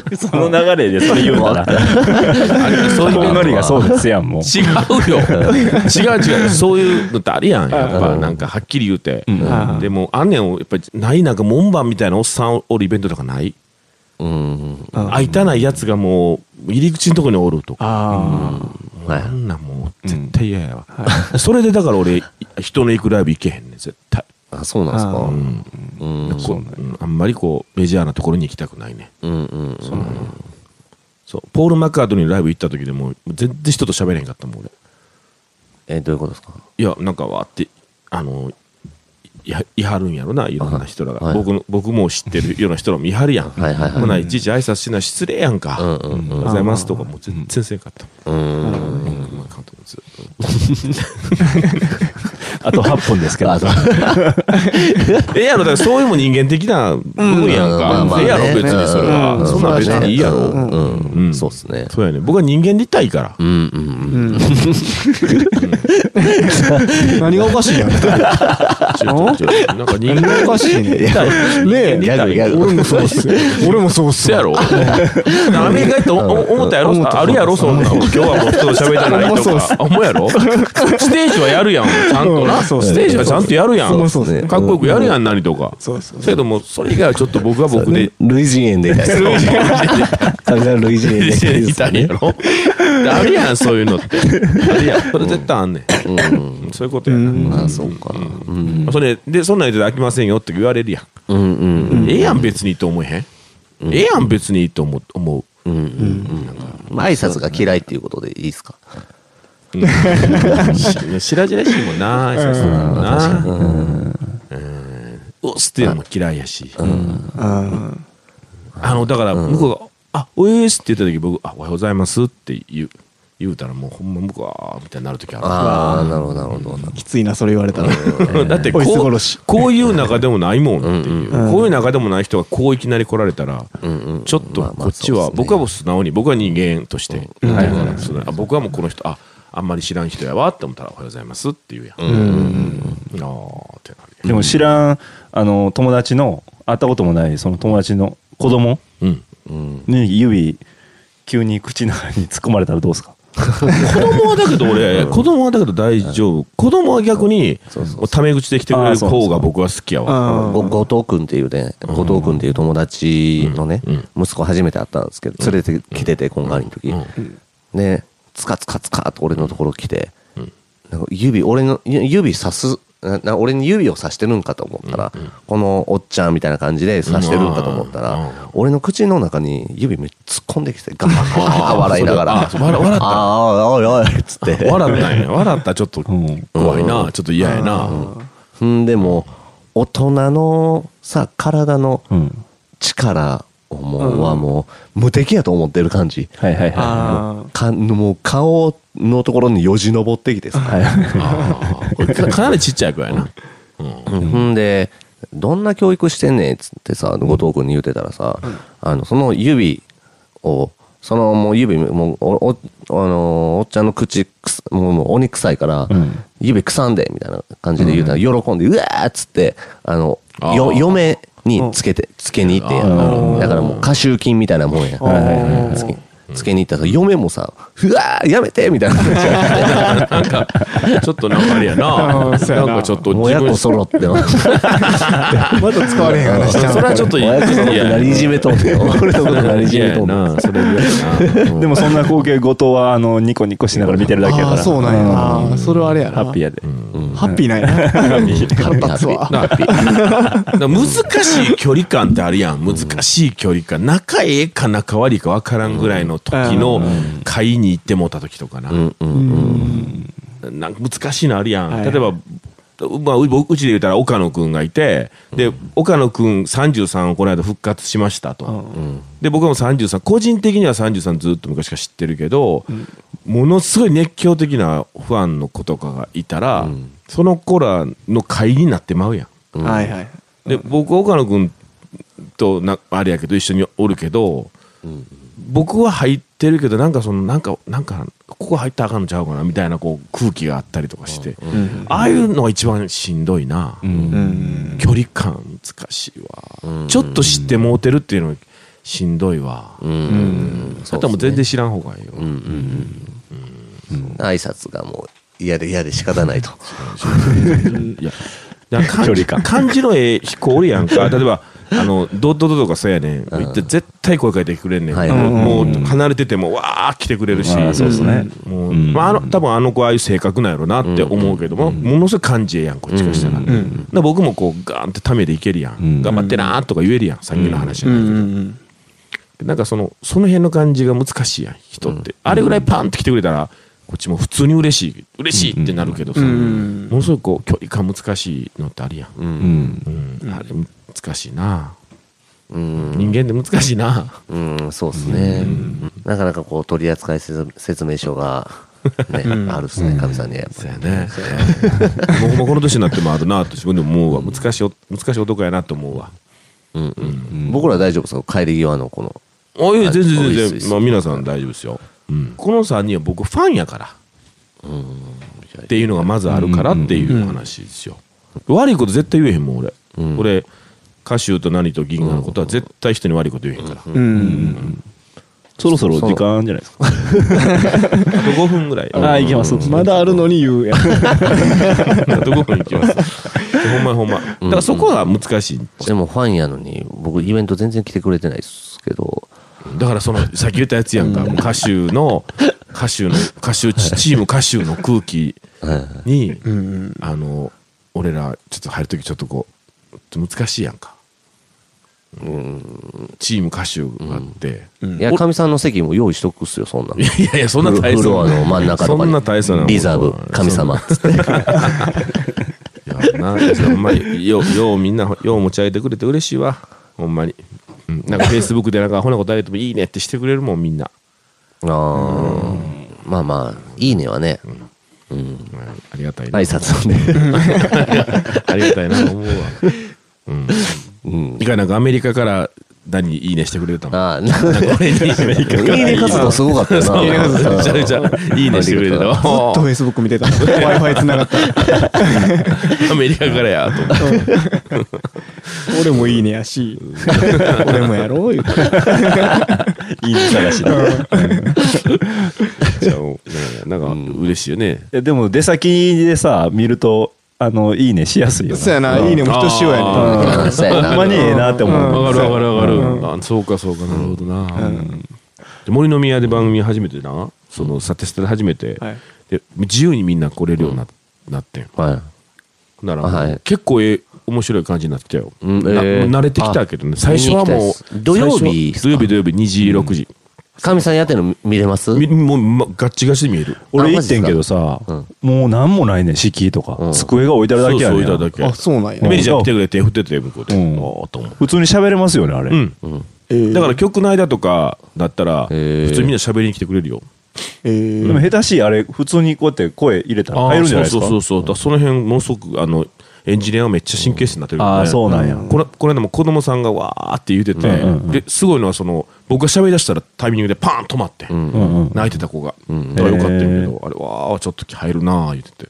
その流れでそれ言うたら、そういうノリがそうですやん、もう。 違うよ。違う。そういうのってあるやん。やっぱなんかはっきり言うて。でもあんねん、やっぱりない、なんか門番みたいなおっさんおるイベントとかない。会いたないやつがもう入り口のとこにおるとか。あんなもう絶対嫌やわ。それでだから俺人の行くライブ行けへんねん、絶対。 あ、そうなんですか。 あんまりこうメジャーなところに行きたくないね。そう、ポール・マッカートニーのライブ行った時でも全然人と喋れへんかったもん俺。どういうことですか。 いや、なんかわっていはるんやろな、いろんな人らが。僕も知ってるような人らもいはるやん。ほないちいち挨拶しない失礼やんか。おはようございますとかも全然せんかった。 あと8分ですけど。 やろ、だからそういうも人間的な部分やんか。やろ、別にそれは。そんなん別にいいやろ。 そうっすね。 そうやね。僕は人間でいたいから。 何がおかしいやん。 なんか人間おかしいね。ねえ。 ギャグ。 俺もそうっすよ。俺もそうっすやろ。アメリカって思ったやろ。あるやろ、そんな。今日はもう人と喋ってないとか。思うやろ。ステージはやるやん。ちゃんとな。ステージはちゃんとやるやん。かっこよくやるやん、何とか。そうけども、それ以外はちょっと僕は僕で。 類人猿でいたい。類人猿でいたいやろ。あるやん、そういうのって。あるやん。それ絶対あんねん。そういうことやな。 あ、そうか。 それで、そんなん言って飽きませんよって言われるやん。ええやん、別にと思えへん。ええやん、別にと思う。 挨拶が嫌いっていうことでいいですか？ 白々しいもんな、挨拶もな。おっすっていうのも嫌いやし。だから向こうが、あ、おえーすって言った時僕、あ、おはようございますって言うたらもうほんま向こうはみたいになる時ある。 ああ、なるほど、なるほど。 きついな、それ言われたら。 だってこういう中でもないもんっていう。こういう中でもない人がこういきなり来られたら、ちょっとこっちは、僕はもう素直に、僕は人間として、僕はもうこの人、あんまり知らん人やわって思ったら、おはようございますって言うやん。 でも知らん友達の会ったこともないその友達の子供に指急に口の中に突っ込まれたらどうですか？ 子供はだけど大丈夫。子供は逆にタメ口で来てくれる方が僕は好きやわ。 後藤君っていうね、後藤君っていう友達のね、息子初めて会ったんですけど、連れてきてて、こんがりの時。ね、つかつかつかと俺のところ来て、俺の指さす、俺に指をさしてるんかと思ったら、このおっちゃんみたいな感じでさしてるんかと思ったら、俺の口の中に指めっ突っ込んできて、ガーッ笑いながら、 笑った。 おいおいっつって。 笑ったんや。笑ったらちょっと怖いな、ちょっと嫌やな。 でも、大人のさ、体の力はもう無敵やと思ってる感じ。もう顔のところによじ登ってきてさ。 かなりちっちゃい子やな。 で、どんな教育してんねんっつってさ、後藤君に言うてたらさ、その指を、もう指、もうおっちゃんの口、もう鬼臭いから、指くさんで、みたいな感じで言うたら、喜んで、うわーっつって、嫁につけに行ってんや。だからもう過集金みたいなもんや。つけに行ったら嫁もさ、うわーやめてみたいな。 なんか、ちょっとなんかあれやな。なんかちょっと親子揃ってまだ使われへんからしちゃう。 それはちょっと親子揃って何いじめとんねん。俺のこと何いじめとんねん。 それ嫌やな。 でもそんな光景後藤はニコニコしながら見てるだけやから。 そうなんやな。それはあれやな。 ハッピーやで。 ハッピーなんやな。腹立つわ。 難しい距離感ってあるやん。難しい距離感。仲ええか仲悪いか分からんぐらいの時の会に行ってもうた時とかな。なんか難しいのあるやん。例えば、うちで言うたら岡野くんがいて、で、岡野くん33をこの間復活しましたと。で、僕も33、個人的には33ずっと昔から知ってるけど、ものすごい熱狂的なファンの子とかがいたら、その子らの会になってまうやん。で、僕、岡野くんとあれやけど、一緒におるけど、僕は入ってるけど、なんかここ入ったらあかんのちゃうかなみたいなこう空気があったりとかして、ああいうのが一番しんどいな。距離感難しいわ。ちょっと知ってもうてるっていうのがしんどいわ。だったらもう全然知らん方がいいよ。 挨拶がもう嫌で仕方ないと。 いや、距離感。漢字の絵子おるやんか。例えば、ドドドとかそうやねん。絶対声かけてくれんねん。もう離れててもわー来てくれるし。 そうですね。 もう多分あの子ああいう性格なんやろなって思うけども、ものすごい漢字ええやん、こっちからしたら。僕もこうガーンってためでいけるやん。頑張ってなーとか言えるやん、さっきの話じゃないけど。なんかその辺の感じが難しいやん、人って。あれぐらいパンって来てくれたら、こっちも普通に嬉しいってなるけどさ、ものすごくこう距離感難しいのってあるやん。あれ難しいな。人間って難しいな。 そうですね。なかなかこう取扱説明書があるっすね、かみさんに。 そうやね。僕もこの年になってもあるなと自分でも思うわ。難しい男やなと思うわ。 僕ら大丈夫ですか、帰り際のこの。 いや全然、まあ皆さん大丈夫ですよ。この3人は僕ファンやから。っていうのがまずあるからっていう話ですよ。悪いこと絶対言えへんもん俺歌手と何と銀河のことは絶対人に悪いこと言えへんから。 そろそろ時間じゃないですか。あと 5分ぐらい。 いけます。 まだあるのに言うやん。 あと5分いきます。ほんま。だからそこは難しい。 でもファンやのに僕イベント全然来てくれてないですけど。 だからそのさっき言ったやつやんか。歌手チーム歌手の空気に俺らちょっと入るときちょっとこう難しいやんか。チーム歌手があって、 いや、かみさんの席も用意しとくっすよ、そんなの。 いやそんな大層フロアの真ん中とかにそんな大層なリザーブ神様っつって。 いやな、ほんまにようみんなよう持ち上げてくれて嬉しいわ、ほんまに。なんかフェイスブックでなんかほなことあげてもいいねってしてくれるもんみんな。 まあいいねはね、 ありがたいな。 挨拶ね。 ありがたいな思うわ。いかなんかアメリカから何いいねしてくれたもん。 なんか俺にいいね活動すごかったよな。 めちゃめちゃいいねしてくれてた。ずっとフェイスブック見てた。Wi-Fi 繋がった。 アメリカからやと思って。 俺もいいねやし、俺もやろう言うて。 いいね探しだ。 なんか嬉しいよね。 でも出先でさ見るといいねしやすいよな。 そうやな、いいねもひとしおやね。 ほんまにええなって思う。 わかる。そうかなるほどな。森の宮で番組初めてな、そのサテスタで初めてで自由にみんな来れるようになってん。なら結構面白い感じになってきたよ。慣れてきたけどね。最初はもう土曜日 2時6時。 かみさんやってるの見れます？ もうガッチガチで見える。 俺行ってんけどさ、もうなんもないねん、敷居とか机が置いてあるだけやねん。 あ、そうなんや。 メリちゃん来てくれて手振ってて向こうで。 普通に喋れますよねあれ。 だから曲の間とかだったら普通にみんな喋りに来てくれるよ。 でも下手しいあれ普通にこうやって声入れたら入るんじゃないですか。 そうその辺ものすごくエンジニアはめっちゃ神経質になってるよね。 そうなんや。 この間も子供さんがわーって言うてて、ですごいのは僕が喋り出したらタイミングでパーン止まって泣いてた子がよかったんやけど、あれわーちょっと入るなー言ってて。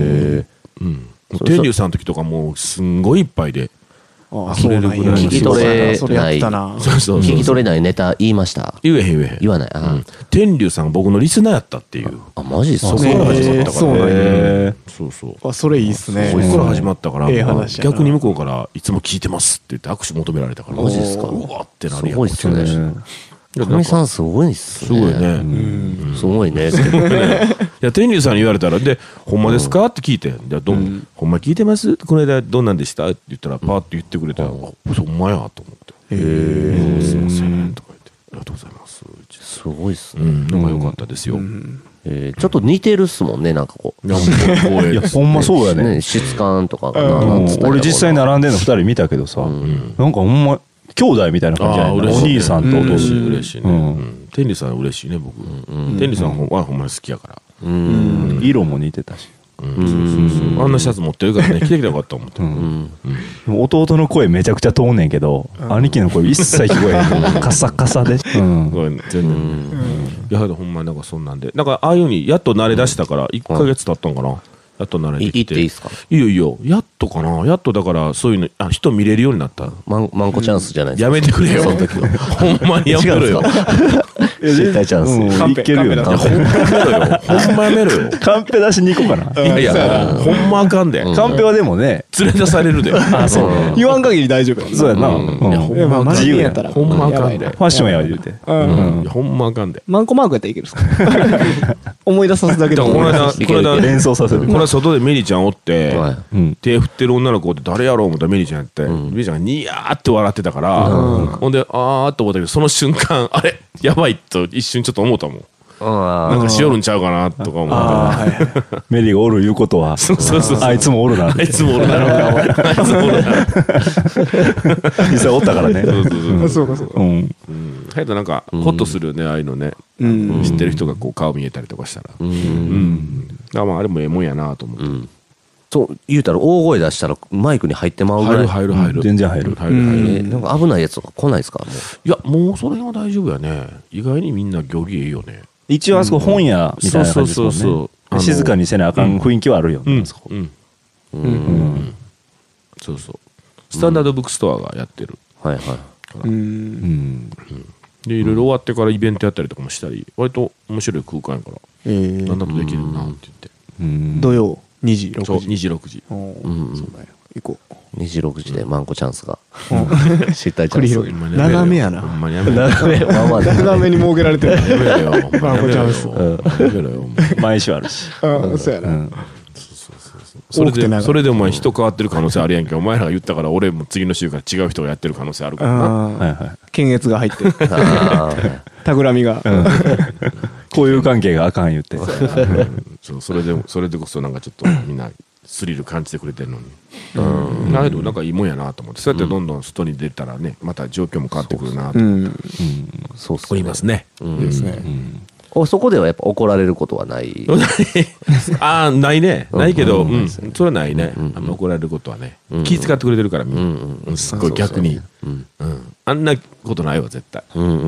天竜さんの時とかもうすんごいいっぱいで溢れるぐらい。 聞き取れないネタ言いました？ 言えへん。 言わない。 天竜さんが僕のリスナーやったっていう。 マジっすか？ そこから始まったから。そうなんや。そう。 それいいっすね。 そこから始まったから逆に向こうからいつも聞いてますって言って握手求められたから。 マジっすか？ うわってなるやん。 すごいっすね。かみさんすごいっすね。 すごいね。 すごいね。いや天竜さんに言われたらでほんまですかって聞いて、ほんま聞いてます？この間どんなんでしたって言ったらパーって言ってくれたら、ほんまやと思って。すいませんとか言ってありがとうございます。 すごいっすね。 なんか良かったですよ。 ちょっと似てるっすもんね、なんかこう。 いやほんまそうやね。 質感とかが俺実際並んでんの2人見たけどさ、なんかほんま兄弟みたいな感じやね。お兄さんと嬉しいね。天理さん嬉しいね僕。天理さんはほんまに好きやから。 色も似てたし。 あんなシャツ持ってるからね着てきたらよかった思って。 弟の声めちゃくちゃ通んねんけど、兄貴の声一切聞こえへん。カサカサで。全然。いやほんまなんかそんなんで、なんかああいう風にやっと慣れ出したから1ヶ月経ったんかな。やっと慣れてきて。 いっていいですか？ いいよ。やっとかな。やっとだからそういうの人見れるようになった。 マンコチャンスじゃないですか。 やめてくれよ。その時は。ほんまにやめろよ。 絶対チャンス。 いけるよな。 ほんまやめろよ。 カンペ出しに行こうかな。 いやほんまあかんで。 カンペはでもね連れ出されるで。 言わん限り大丈夫や。 そうやな。 自由やったらほんまあかんで。 ファッションや言うて。 ほんまあかんで。 マンコマークやったらいけるっすか？思い出さすだけで。 この間連想させる。 これは外でメリちゃんおって手振ってる女の子って誰やろう思ったらメリちゃんやって、メリちゃんがニヤーって笑ってたから、ほんであーっと思ったけどその瞬間あれやばいと一瞬ちょっと思ったもん。 なんかしよるんちゃうかなとか思ってメリーがおるいうことはあいつもおるなあいつもおるなあいつもおるな実際おったからねそうかそうか早くなんかホッとするよねああいうのね知ってる人がこう顔見えたりとかしたらだからまああれもええもんやなと思ってそう言うたら大声出したらマイクに入ってまうぐらい入る全然入るなんか危ないやつとか来ないですか？もういやもうそれは大丈夫やね意外にみんな行儀いいよね一応あそこ本屋みたいな感じですもんね静かにせなあかん雰囲気はあるよねそうそうスタンダードブックストアがやってるはいはいでいろいろ終わってからイベントやったりとかもしたり割と面白い空間やから何だとできるなって言って土曜2時6時そう2時6時そうだよ行こう 2時6時でマンコチャンスが失態チャンス繰り広げる長めやなほんまにやめろ長めに設けられてるやめろよマンコチャンスやめろよ毎週あるしそうやなそれでお前人変わってる可能性あるやんけお前らが言ったから俺も次の週から違う人がやってる可能性あるからな検閲が入ってる企みが交友関係があかん言ってそれでこそなんかちょっとみんなスリル感じてくれてるのにだけどなんかいいもんやなと思ってそうやってどんどん外に出たらねまた状況も変わってくるなと思いますねですねそこではやっぱ怒られることはないないねないけどそれはないね怒られることはね気遣ってくれてるからみんなすごい逆にあんなことないわ絶対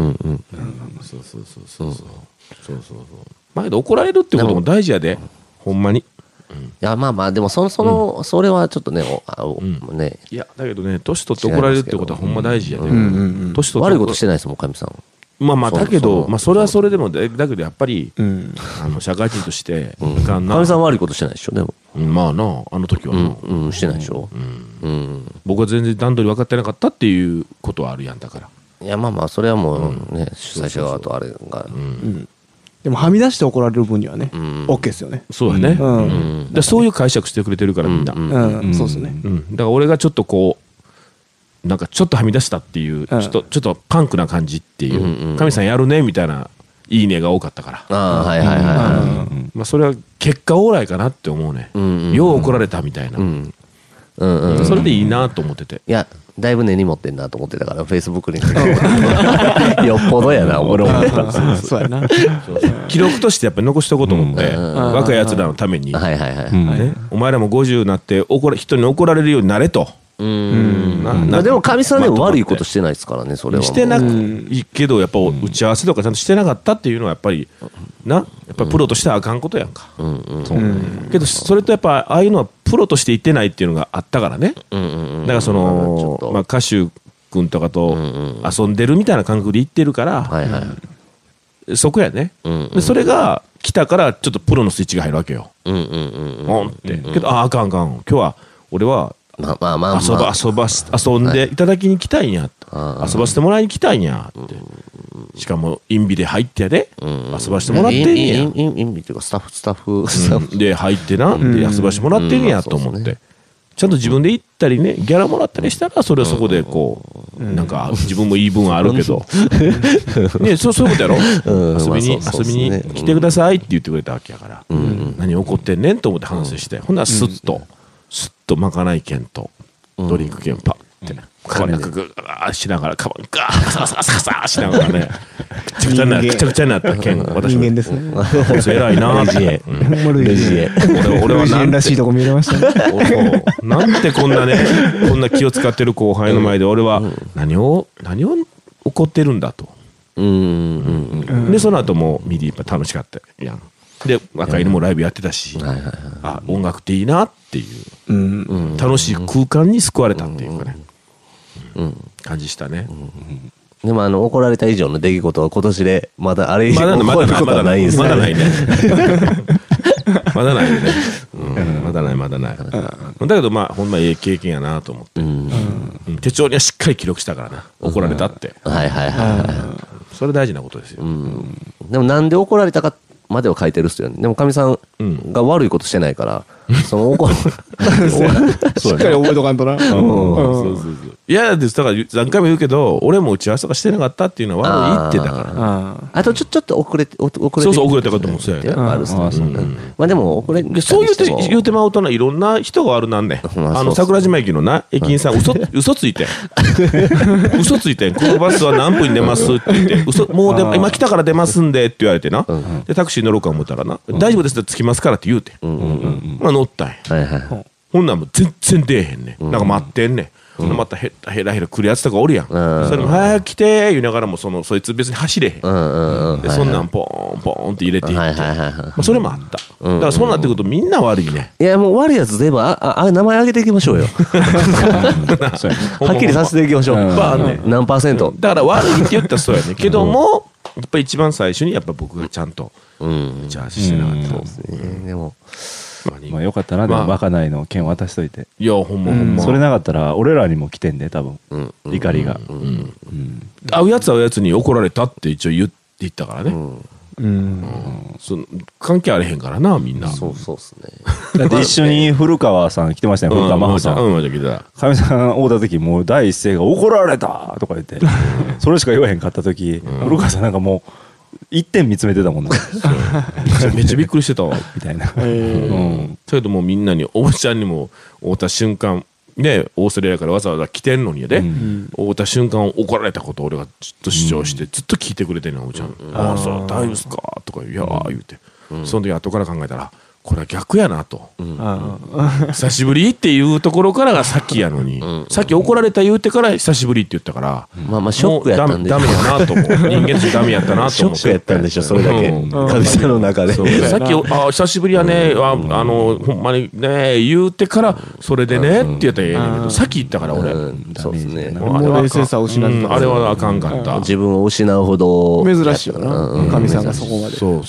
そうまあけど怒られるってことも大事やでほんまにいやまあまあでもそれはちょっとねいやだけどね年取って怒られるってことはほんま大事やで悪いことしてないですもんかみさんまあだけどそれはそれでもだけどやっぱり社会人としてかみさん悪いことしてないでしょでもまあなあの時はなしてないでしょ僕は全然段取り分かってなかったっていうことはあるやんだからいやまあまあそれはもうね主催者側とあれがでもはみ出して怒られる分にはね OK ですよねそうだねそういう解釈してくれてるからみんなそうですねだから俺がちょっとこうなんかちょっとはみ出したっていうちょっとパンクな感じっていう神さんやるねみたいないいねが多かったからはいはいはいまあそれは結果オーライかなって思うねよう怒られたみたいなそれでいいなと思ってていやだいぶ根に持ってんなと思ってたからフェイスブックによっぽどやな俺もそうやな記録としてやっぱり残しておこうと思って若いやつらのためにお前らも50になって人に怒られるようになれとでもかみさんでも悪いことしてないですからねそれはしてないけどやっぱ打ち合わせとかちゃんとしてなかったっていうのはやっぱりプロとしてはあかんことやんかけどそれとやっぱああいうのはプロとして言ってないっていうのがあったからねだからその歌手君とかと遊んでるみたいな感覚で言ってるからそこやねでそれが来たからちょっとプロのスイッチが入るわけよポンってけどあかん今日は俺は遊んでいただきに来たいんや遊ばせてもらいに来たいんやってしかもインビで入ってやで遊ばせてもらってんねやインビっていうかスタッフで入ってなで遊ばせてもらってんねやと思ってちゃんと自分で行ったりねギャラもらったりしたらそれはそこでこうなんか自分も言い分はあるけどねそういうことやろ遊びに来てくださいって言ってくれたわけやから何怒ってんねんと思って話してほんならスッとまかない券とドリンク券パッてカバンの中グーしながらカバンガーササササしながらねくちゃくちゃになった券私人間ですね偉いなって俺はなんらしいとこ見れましたねなんてこんな気を使ってる後輩の前で俺は何を怒ってるんだとでその後もミディやっぱ楽しかったやんで若いのもライブやってたし音楽っていいなっていう楽しい空間に救われたっていうかね感じしたねでも怒られた以上の出来事は今年でまだあれ以上起こることはないんですねまだないねまだないねまだないだけどまあほんまええ経験やなと思って手帳にはしっかり記録したからな怒られたってそれ大事なことですよでもなんで怒られたかまでは書いてるっすよねでもかみさんが悪いことしてないからその怒るしっかり覚えとかんとな。 そうそうそう。いやだから何回も言うけど、俺も打ち合わせとかしてなかったっていうのは悪いってだから。 あとちょっと遅れてそうそう遅れたこともそうやね。 あるさ。まあでも遅れてそう言うてまうとないろんな人があるなんね。桜島駅のな駅員さん嘘ついて嘘ついて、このバスは何分に出ますって言ってもう今来たから出ますんでって言われてな。でタクシー乗ろうか思ったらな、大丈夫ですって着きますからって言うて、まあ乗ったんや。ほんなんも全然出えへんねん。なんか待ってんねん。またヘラヘラ来るやつとかおるやん。それも早く来て言いながらもそいつ別に走れへん。でそんなんポーンポーンって入れていってそれもあった。だからそうなってくるとみんな悪いね。 いやもう悪いやつ全部名前上げていきましょうよ。はっきりさせていきましょう。何% だから悪いって言ったらそうやねんけども、やっぱり一番最初にやっぱ僕がちゃんと打ち合わせしてなかったですね。 でもまあよかったな。でもまかないの券渡しといて。 いやほんまほんま。 それなかったら俺らにも来てんで多分怒りが。 会うやつに怒られたって一応言ったからね。関係あれへんからなみんな。 そうっすね。 だって一緒に古川さん来てましたよ。古川真帆さん。かみさん会うた時もう第一声が怒られたとか言って、それしか言わへんかった時、古川さんなんかもう一点見つめてたもんな。 めっちゃびっくりしてたわみたいな。 それともうみんなにおばちゃんにも会った瞬間ね、オーストラリアからわざわざ来てんのにやで、会った瞬間怒られたことを俺がずっと主張してずっと聞いてくれてんのおばちゃん。ああそう大丈夫ですかとかいや言うて、その時後から考えたらこれは逆やなと、久しぶりっていうところからがさっきやのに、さっき怒られた言うてから久しぶりって言ったから、 まあショックやったんでダメやなと思う。人間としてダメやったなと思って。 ショックやったんでしょそれだけ。神さんの中で。 さっき久しぶりやねほんまにね言うてからそれでねって言ったらええねんけど、さっき言ったから俺。 そうですね。 もう冷静さを失った。 あれはあかんかった。 自分を失うほど珍しいよな。神さんがそこまで。 そう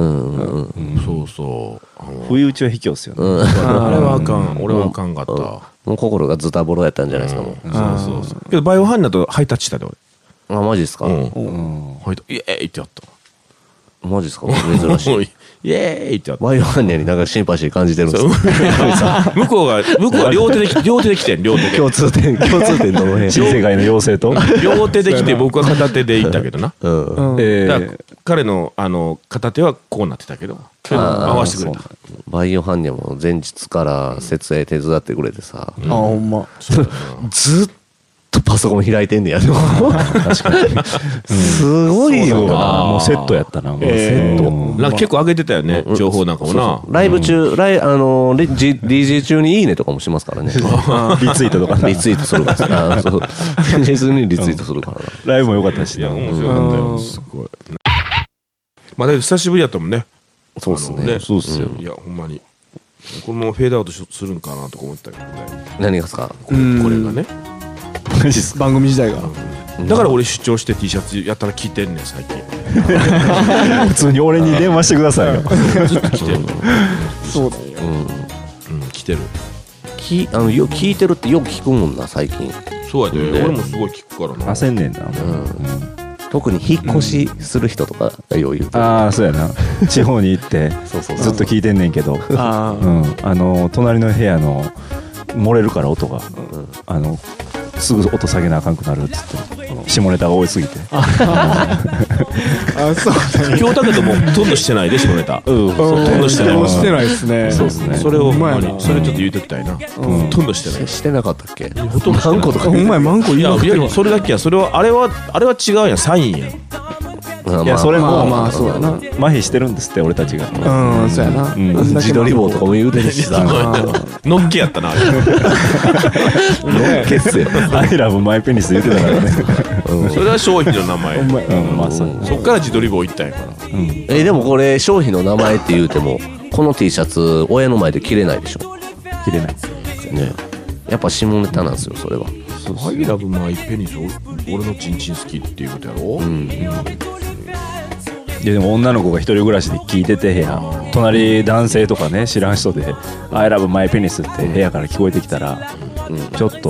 そう。 不意打ちは卑怯っすよね。 あれはあかん。俺はあかんかった。 もう心がズタボロやったんじゃないですかもう。 そう。けどバイオハンナとハイタッチしたで俺。 あマジですか。 イエーイってやった。 マジですか珍しい。 イエーイってやった。 バイオハンナになんかシンパシー感じてるんですか。 向こうは両手で来てん両手で。 共通点どの辺。 新世界の妖精と両手で来て僕は片手で行ったけどな。彼の片手はこうなってたけど合わせてくれた。 バイオハンニャも前日から設営手伝ってくれてさ、 ほんまずっとパソコン開いてんねや。でも確かにすごいよな。 もうセットやったな。セットなんか結構上げてたよね情報なんかもな。 ライブ中DJ 中にいいねとかもしますからね。 リツイートとかリツイートするからそう寝ずにリツイートするからな。 ライブも良かったし。 いや面白かったよすごい。まあ久しぶりやったもんね。 そうですね。 そうっすよ。 いやほんまにこれもフェードアウトするんかなとか思ったけどね。 何がですかこれがね番組時代が。 だから俺出張して T シャツやったら着てんねん最近。 普通に俺に電話してくださいよ。 ずっと着てる。 そうだよ。 着てる。 聞いてるってよく聞くもんな最近。 そうやで俺もすごい聞くからな。 焦んねんな。 特に引っ越しする人とかがよう言う。 ああそうやな。地方に行ってずっと聞いてんねんけど、隣の部屋の漏れるから音がすぐ音下げなあかんくなるっつって下ネタが多いすぎて。 そう今日だけどもほとんどしてないで下ネタ。ほとんどしてない。 してないですね。 そうですね。それをほんまにそれちょっと言うてきたいな。ほとんどしてない。 してなかったっけ。 ほとんどマンコとか。 ほんまやマンコ言ういやそれだけや。それはあれは違うやんサインやん。 いやそれもまあそうやな。 麻痺してるんですって俺たちが。 そうやな。 自撮り棒とかも言うてるしさ。 のっけやったな。 のっけっすよ。 アイラブマイペニス言ってたからね。 それは商品の名前。 まあそっから自撮り棒いったんやから。 でもこれ商品の名前って言うてもこの T シャツ親の前で着れないでしょ。 着れないね。 やっぱ下ネタなんですよそれは。 アイラブマイペニス俺のチンチン好きっていうことやろ。 でも女の子が一人暮らしで聞いてて部屋隣男性とかね知らん人で「I love my penis」って部屋から聞こえてきたらちょっと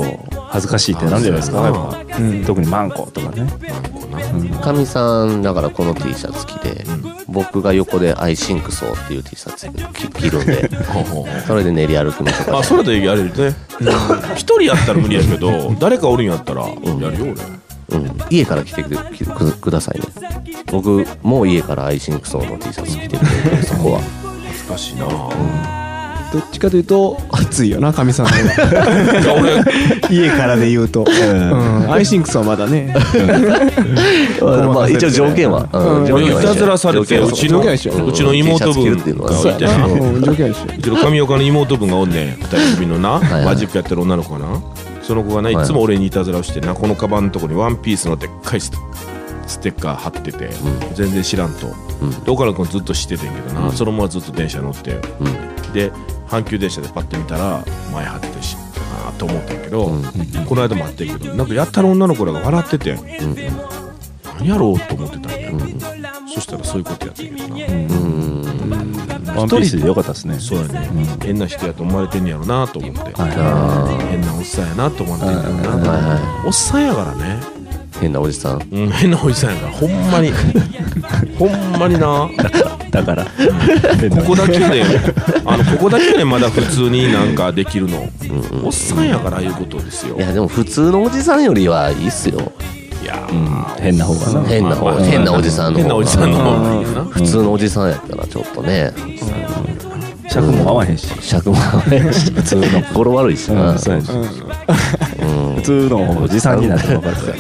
恥ずかしいってなんじゃないですか、やっぱ特にマンコとかね。 かみさんだからこの T シャツ着て、僕が横でアイシンクソーっていう T シャツ着るんでそれで練り歩きましょうか。 それでやれるね。一人やったら無理やけど誰かおるんやったらやるよ俺。 家から来てくださいね。僕もう家からアイシンクソーの T シャツ着てるんで、そこは難しいな。 どっちかというと暑いよな、かみさんの方が家からで言うとアイシンクスはまだねまあ一応条件はいたずらされて、うちの妹分がいてな、うちの上岡の妹分がおんねん、2人組のなマジックやってる女の子がな、その子がないつも俺にいたずらをしてな、このカバンのとこにワンピースのでっかいステッカー貼ってて、全然知らんと、で岡野君ずっと知っててんけどな、そのままずっと電車乗って、で阪急電車でパッて見たら前貼って知ったなと思ったんやけど、この間もあってんけど、なんかやったら女の子らが笑ってて、何やろうと思ってたんや、そしたらそういうことやってんけどな。 ワンピースでよかったですね。 そうやね、変な人やと思われてんねやろなと思って、変なおっさんやなと思われてんねやろな、おっさんやからね、 変なおじさん、 変なおじさんやから、ほんまにほんまにな、 だから、 ここだけでここだけでまだ普通になんかできるの、おっさんやからいうことですよ。 いやでも普通のおじさんよりはいいっすよ。 いや変な方がな、 変なおじさんの方が、普通のおじさんやったらちょっとね、 尺も合わへんし、 尺も合わへんし、普通の語呂悪いしな、 普通のおじさんになって分かるから、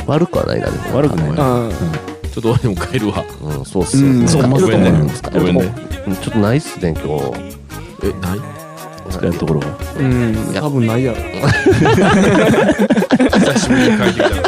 悪くはないな、でも悪くないな。 ちょっと俺でも帰るわ。 そうっすよ。 ごめんね、ごめんね。 ちょっとないっすね今日。 ない使えるところが。 多分ないやろ。 久しぶりに帰ってきた。